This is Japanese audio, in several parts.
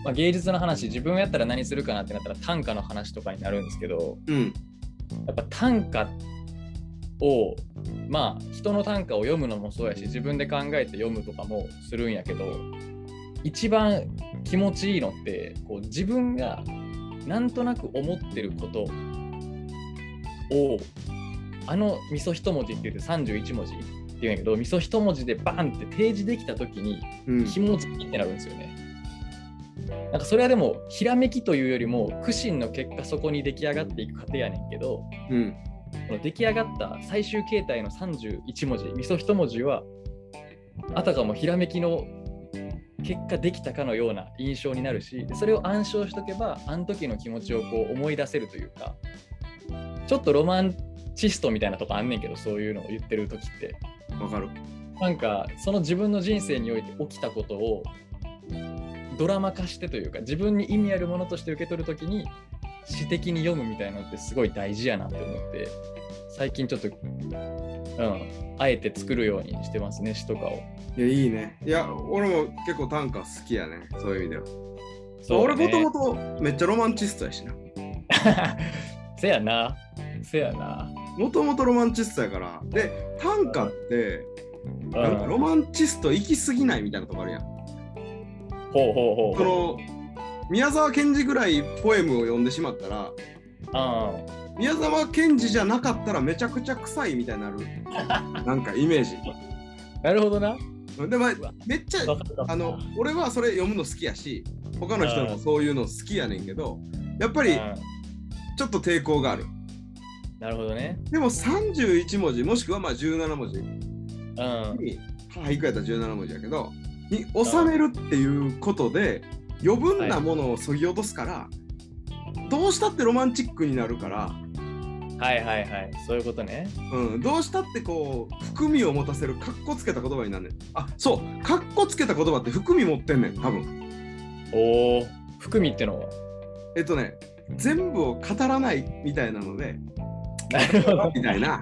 まあ、芸術の話、自分やったら何するかなってなったら短歌の話とかになるんですけど、やっぱ短歌をまあ人の短歌を読むのもそうやし、自分で考えて読むとかもするんやけど、一番気持ちいいのってこう自分がなんとなく思ってることを味噌一文字って言って31文字って言うんやけど、味噌一文字でバンって提示できた時に気持ちいいってなるんですよね。なんかそれはでもひらめきというよりも苦心の結果そこに出来上がっていく過程やねんけど、この出来上がった最終形態の31文字味噌一文字はあたかもひらめきの結果できたかのような印象になるし、それを暗唱しとけばあの時の気持ちをこう思い出せるというか、ちょっとロマンチストみたいなとこあんねんけど、そういうのを言ってる時ってわかる。 なんかその自分の人生において起きたことをドラマ化してというか、自分に意味あるものとして受け取るときに詩的に読むみたいなのってすごい大事やなって思って、最近ちょっとあえて作るようにしてますね、詩とかを。 いや、いいね。いや、俺も結構短歌好きやね、そういう意味では。 そうね、 俺もともとめっちゃロマンチストやしな。 せやな。 もともとロマンチストやから。で、短歌って、なんかロマンチスト行き過ぎないみたいなとこあるやん。 ほう。 その宮沢賢治ぐらいポエムを読んでしまったら、宮沢賢治じゃなかったらめちゃくちゃ臭いみたいになるなんかイメージ。 なるほどな。 でもめっちゃ俺はそれ読むの好きやし、他の人もそういうの好きやねんけど、やっぱりちょっと抵抗がある。 なるほどね。 でも31文字もしくはまあ17文字に俳句やったら17文字やけどに収めるっていうことで余分なものを削ぎ落とすから、どうしたってロマンチックになるから、 そういうことね。 どうしたってこう含みを持たせるカッコつけた言葉になるねん。そうカッコつけた言葉って含み持ってんねん多分。 含みってのは全部を語らないみたいなのでみたいな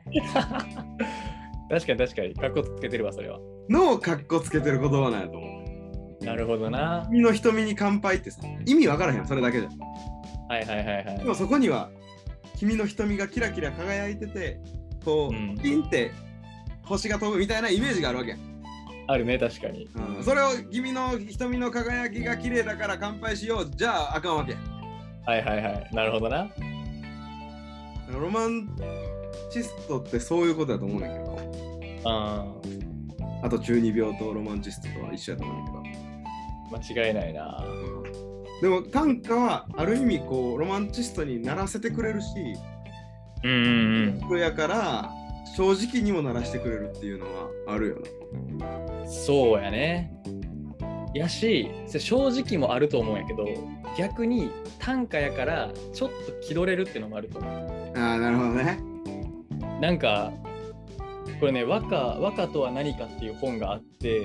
確かにカッコつけてるわ、それはのをカッコつけてる言葉なんやと思う。なるほどな。 君の瞳に乾杯ってさ、意味わからへん、それだけじゃ。でもそこには君の瞳がキラキラ輝いてて、こう、ピンって星が飛ぶみたいなイメージがあるわけやん。 あるね、確かに。 それを君の瞳の輝きが綺麗だから乾杯しようじゃああかんわけ。 なるほどな。 ロマンチストってそういうことだと思うんだけど、あと中二病とロマンチストとは一緒だと思うんだけど、間違いないな。 でも短歌はある意味こうロマンチストにならせてくれるし、やから正直にもならしてくれるっていうのはあるよな。 そうやね。やし、正直もあると思うんやけど、逆に短歌やからちょっと気取れるっていうのもあると思う。 なるほどね。 なんかこれね、和歌とは何かっていう本があって、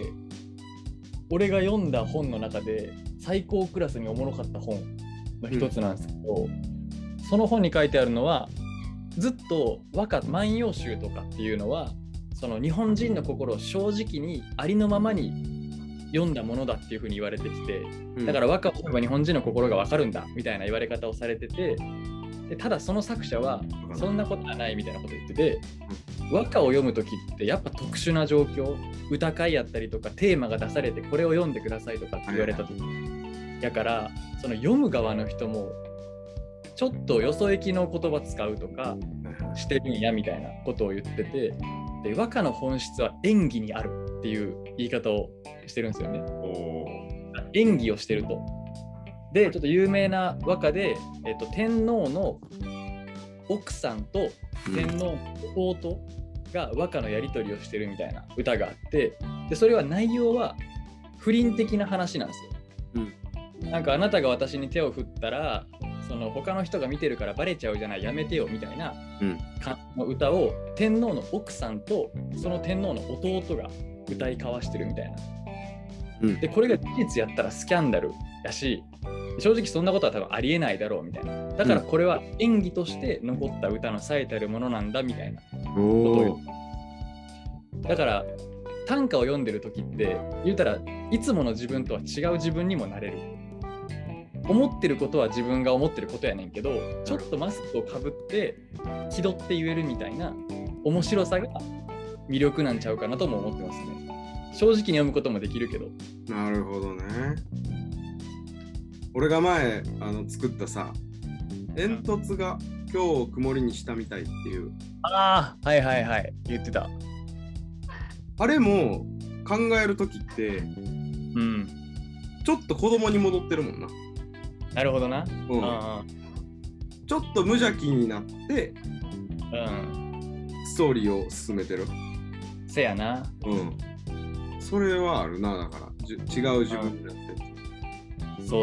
俺が読んだ本の中で最高クラスにおもろかった本の一つなんですけど、その本に書いてあるのは、ずっと和歌万葉集とかっていうのはその日本人の心を正直にありのままに読んだものだっていうふうに言われてきて、だから和歌を読めば日本人の心が分かるんだみたいな言われ方をされてて、でただその作者はそんなことはないみたいなこと言ってて、和歌を読むときってやっぱ特殊な状況、歌会やったりとかテーマが出されてこれを読んでくださいとかって言われたときやから、その読む側の人もちょっとよそ行きの言葉使うとかしてるんやみたいなことを言ってて、で和歌の本質は演技にあるっていう言い方をしてるんですよね。演技をしてると。でちょっと有名な和歌で、天皇の奥さんと天皇の弟が和歌のやり取りをしてるみたいな歌があって、でそれは内容は不倫的な話なんですよ。なんかあなたが私に手を振ったらその他の人が見てるからバレちゃうじゃない、やめてよみたいな感じの歌を天皇の奥さんとその天皇の弟が歌い交わしてるみたいな。でこれが事実やったらスキャンダルやし、正直そんなことは多分ありえないだろうみたいな。だからこれは演技として残った歌の最たるものなんだみたいなことを言う。だから短歌を読んでる時って言うたらいつもの自分とは違う自分にもなれる。 思ってることは自分が思ってることやねんけど、ちょっとマスクをかぶって気取って言えるみたいな面白さが魅力なんちゃうかなとも思ってますね。正直に読むこともできるけど。 なるほどね。俺が前作ったさ、煙突が今日曇りにしたみたいっていう。 ああ、はいはいはい、言ってた。 あれも考えるときって、 うん。 ちょっと子供に戻ってるもんな。 なるほどな。 ちょっと無邪気になって、ストーリーを進めてる。 せやな。 それはあるな、だから。違う自分になってる。 そう。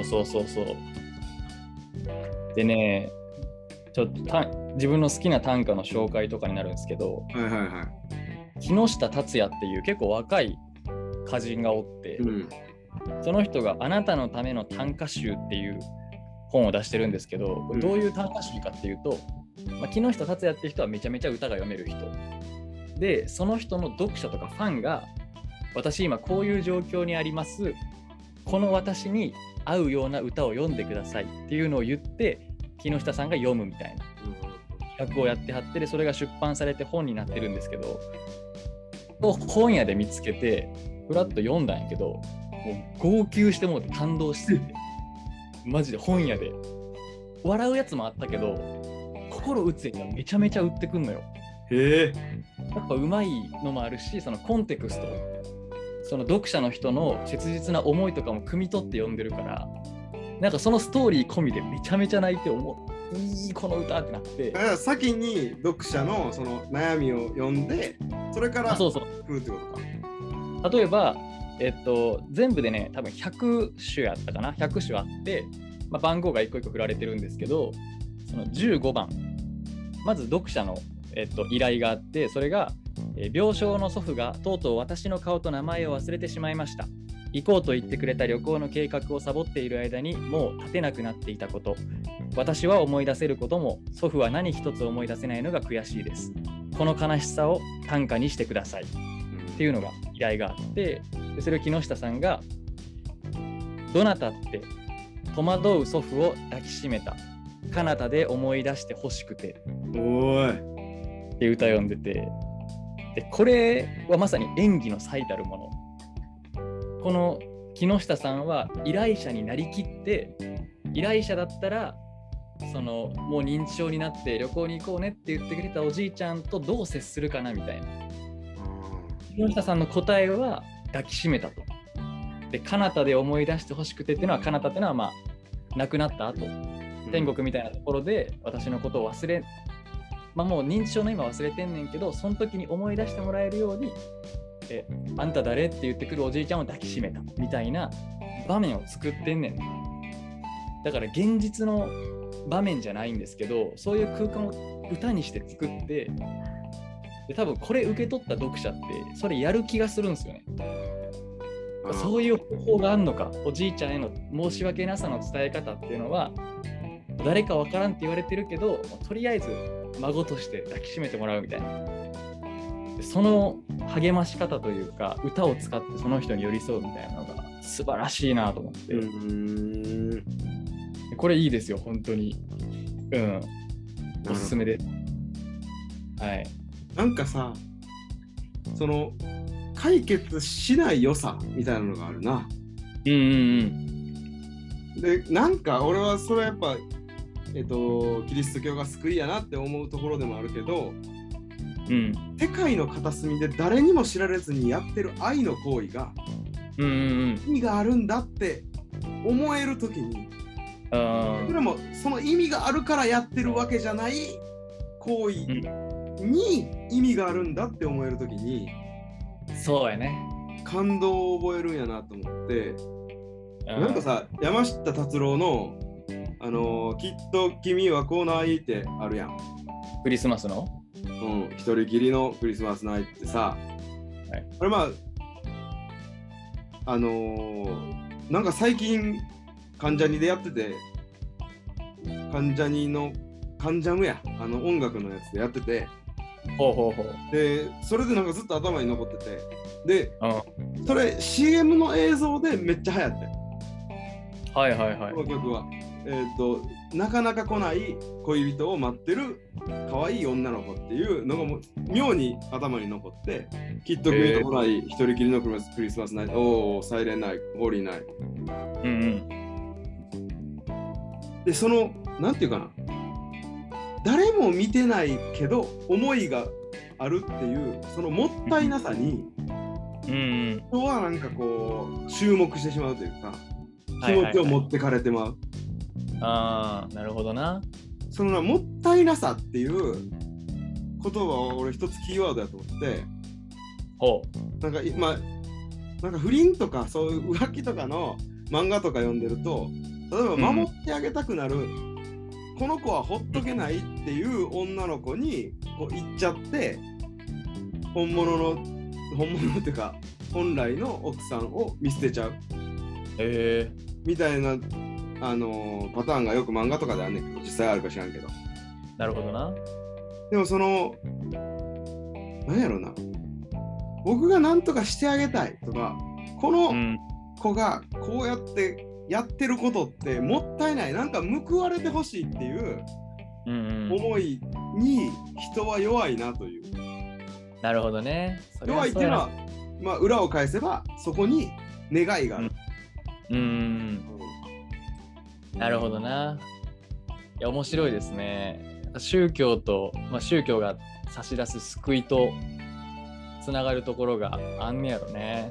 でね、ちょっと自分の好きな短歌の紹介とかになるんですけど、木下達也っていう結構若い歌人がおって、その人があなたのための短歌集っていう本を出してるんですけど、どういう短歌集かっていうと、木下達也っていう人はめちゃめちゃ歌が読める人で、その人の読者とかファンが、私今こういう状況にあります、この私に合うような歌を読んでくださいっていうのを言って木下さんが読むみたいな企画をやってはって、でそれが出版されて本になってるんですけど、本屋で見つけてふらっと読んだんやけど、もう号泣してもうて感動しててマジで本屋で笑うやつもあったけど、心打つやつがめちゃめちゃ売ってくんのよ。 へえ。 やっぱうまいのもあるし、そのコンテクスト、その読者の人の切実な思いとかも汲み取って読んでるから、なんかそのストーリー込みでめちゃめちゃ泣いて、いいこの歌ってなって、 先に読者のその悩みを読んで、それからそう来るってことか。 例えば全部でね、多分100種やったかな、100種あって、番号が一個一個振られてるんですけど、その15番、まず読者の、依頼があって、それが、病床の祖父がとうとう私の顔と名前を忘れてしまいました。行こうと言ってくれた旅行の計画をサボっている間にもう立てなくなっていたこと、私は思い出せることも祖父は何一つ思い出せないのが悔しいです。この悲しさを短歌にしてくださいっていうのが依頼があって、でそれを木下さんが、どなたって戸惑う祖父を抱きしめた、彼方で思い出してほしくてって歌読んでて、でこれはまさに演技の最たるもの。この木下さんは依頼者になりきって、依頼者だったらそのもう認知症になって旅行に行こうねって言ってくれたおじいちゃんとどう接するかなみたいな。木下さんの答えは抱きしめたと。で彼方で思い出してほしくてっていうのは、彼方っていうのは亡くなった後、天国みたいなところで私のことを忘れ、もう認知症の今忘れてんねんけど、その時に思い出してもらえるように、あんた誰って言ってくるおじいちゃんを抱きしめたみたいな場面を作ってんねん。だから現実の場面じゃないんですけど、そういう空間を歌にして作って、で多分これ受け取った読者ってそれやる気がするんですよね。そういう方法があるのか、おじいちゃんへの申し訳なさの伝え方っていうのは誰かわからんって言われてるけど、とりあえず孫として抱きしめてもらうみたいな、その励まし方というか歌を使ってその人に寄り添うみたいなのが素晴らしいなと思って、これいいですよ本当に。おすすめです。はい。 なんかさ、その解決しない良さみたいなのがあるな。で、なんか俺はそれはやっぱキリスト教が救いやなって思うところでもあるけど、世界の片隅で誰にも知られずにやってる愛の行為が意味があるんだって思えるときに、それもその意味があるからやってるわけじゃない行為に意味があるんだって思えるときに、 そうやね、 感動を覚えるんやなと思って、なんかさ、山下達郎のきっと君はこうないってあるやん。 クリスマスの一人きりのクリスマスナイトってさ、これなんか最近関ジャニでやってて、関ジャニのカンジャムや、音楽のやつでやってて、でそれでなんかずっと頭に残ってて、でそれ CM の映像でめっちゃ流行って、この曲はなかなか来ない恋人を待ってる可愛い女の子っていうのがもう妙に頭に残って、きっと君と来ない一人きりのクリスマスナイト、おお、サイレンナイト、ホーリーナイト。 うんうん。 で、その、なんていうかな、誰も見てないけど思いがあるっていう、そのもったいなさに、人はなんかこう、注目してしまうというか、気持ちを持ってかれてまう。 ああ、なるほどな。 そのもったいなさっていう言葉を俺一つキーワードだと思って、 ほうなんかなんか不倫とかそういう浮気とかの漫画とか読んでると、例えば守ってあげたくなる、この子はほっとけないっていう女の子にこう行っちゃって、本物っていうか本来の奥さんを見捨てちゃうみたいなパターンがよく漫画とかであんねんけど、実際あるか知らんけど。 なるほどな。 でもその何やろな、僕が何とかしてあげたいとか、この子がこうやってやってることってもったいない、なんか報われてほしいっていう思いに人は弱いなという。 なるほどね。 弱いっていうのは、まあ、裏を返せばそこに願いがある。 なるほどな。いや、面白いですね。宗教と、宗教が差し出す救いとつながるところがあんねやろね。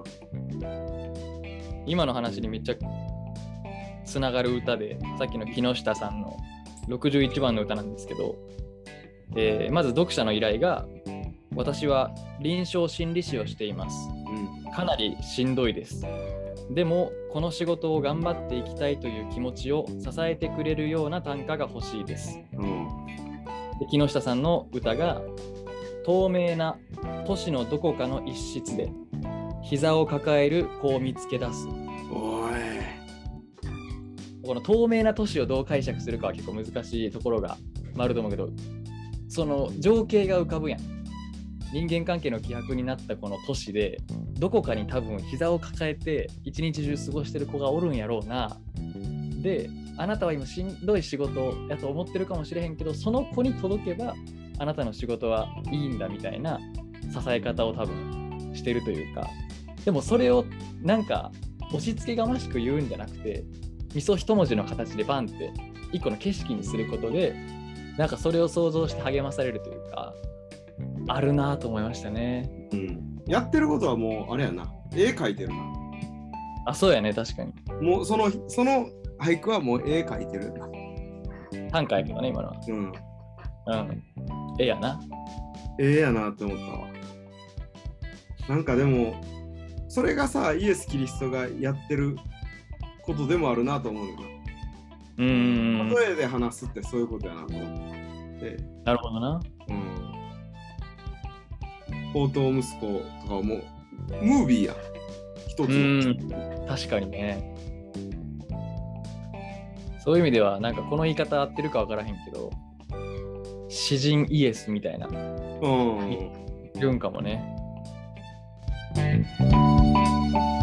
今の話にめっちゃつながる歌で、さっきの木下さんの61番の歌なんですけど、まず読者の依頼が、私は臨床心理士をしています。かなりしんどいです。でもこの仕事を頑張っていきたいという気持ちを支えてくれるような短歌が欲しいです。で、木下さんの歌が、透明な都市のどこかの一室で膝を抱える子を見つけ出す。 おい、 この透明な都市をどう解釈するかは結構難しいところがあると思うけど、その情景が浮かぶやん。人間関係の希薄になったこの都市で、どこかに多分膝を抱えて一日中過ごしてる子がおるんやろうな。で、あなたは今しんどい仕事やと思ってるかもしれへんけど、その子に届けばあなたの仕事はいいんだみたいな支え方を多分してるというか、でもそれをなんか押し付けがましく言うんじゃなくて、味噌一文字の形でバンって一個の景色にすることで、なんかそれを想像して励まされるというか、あるなと思いましたね。 やってることはもうあれやな、絵描いてるな。 あ、そうやね、確かに。 もうその俳句はもう絵描いてるな。 短歌やけどね、今のは。絵やな。 絵やなって思ったわ。なんかでもそれがさ、イエス・キリストがやってることでもあるなと思うよな。例えで話すってそういうことやなと思って。 なるほどな。 宝刀息子とかはもうムービーや一つの。 確かにね。そういう意味ではなんかこの言い方合ってるか分からへんけど、詩人イエスみたいな、いるんかもね。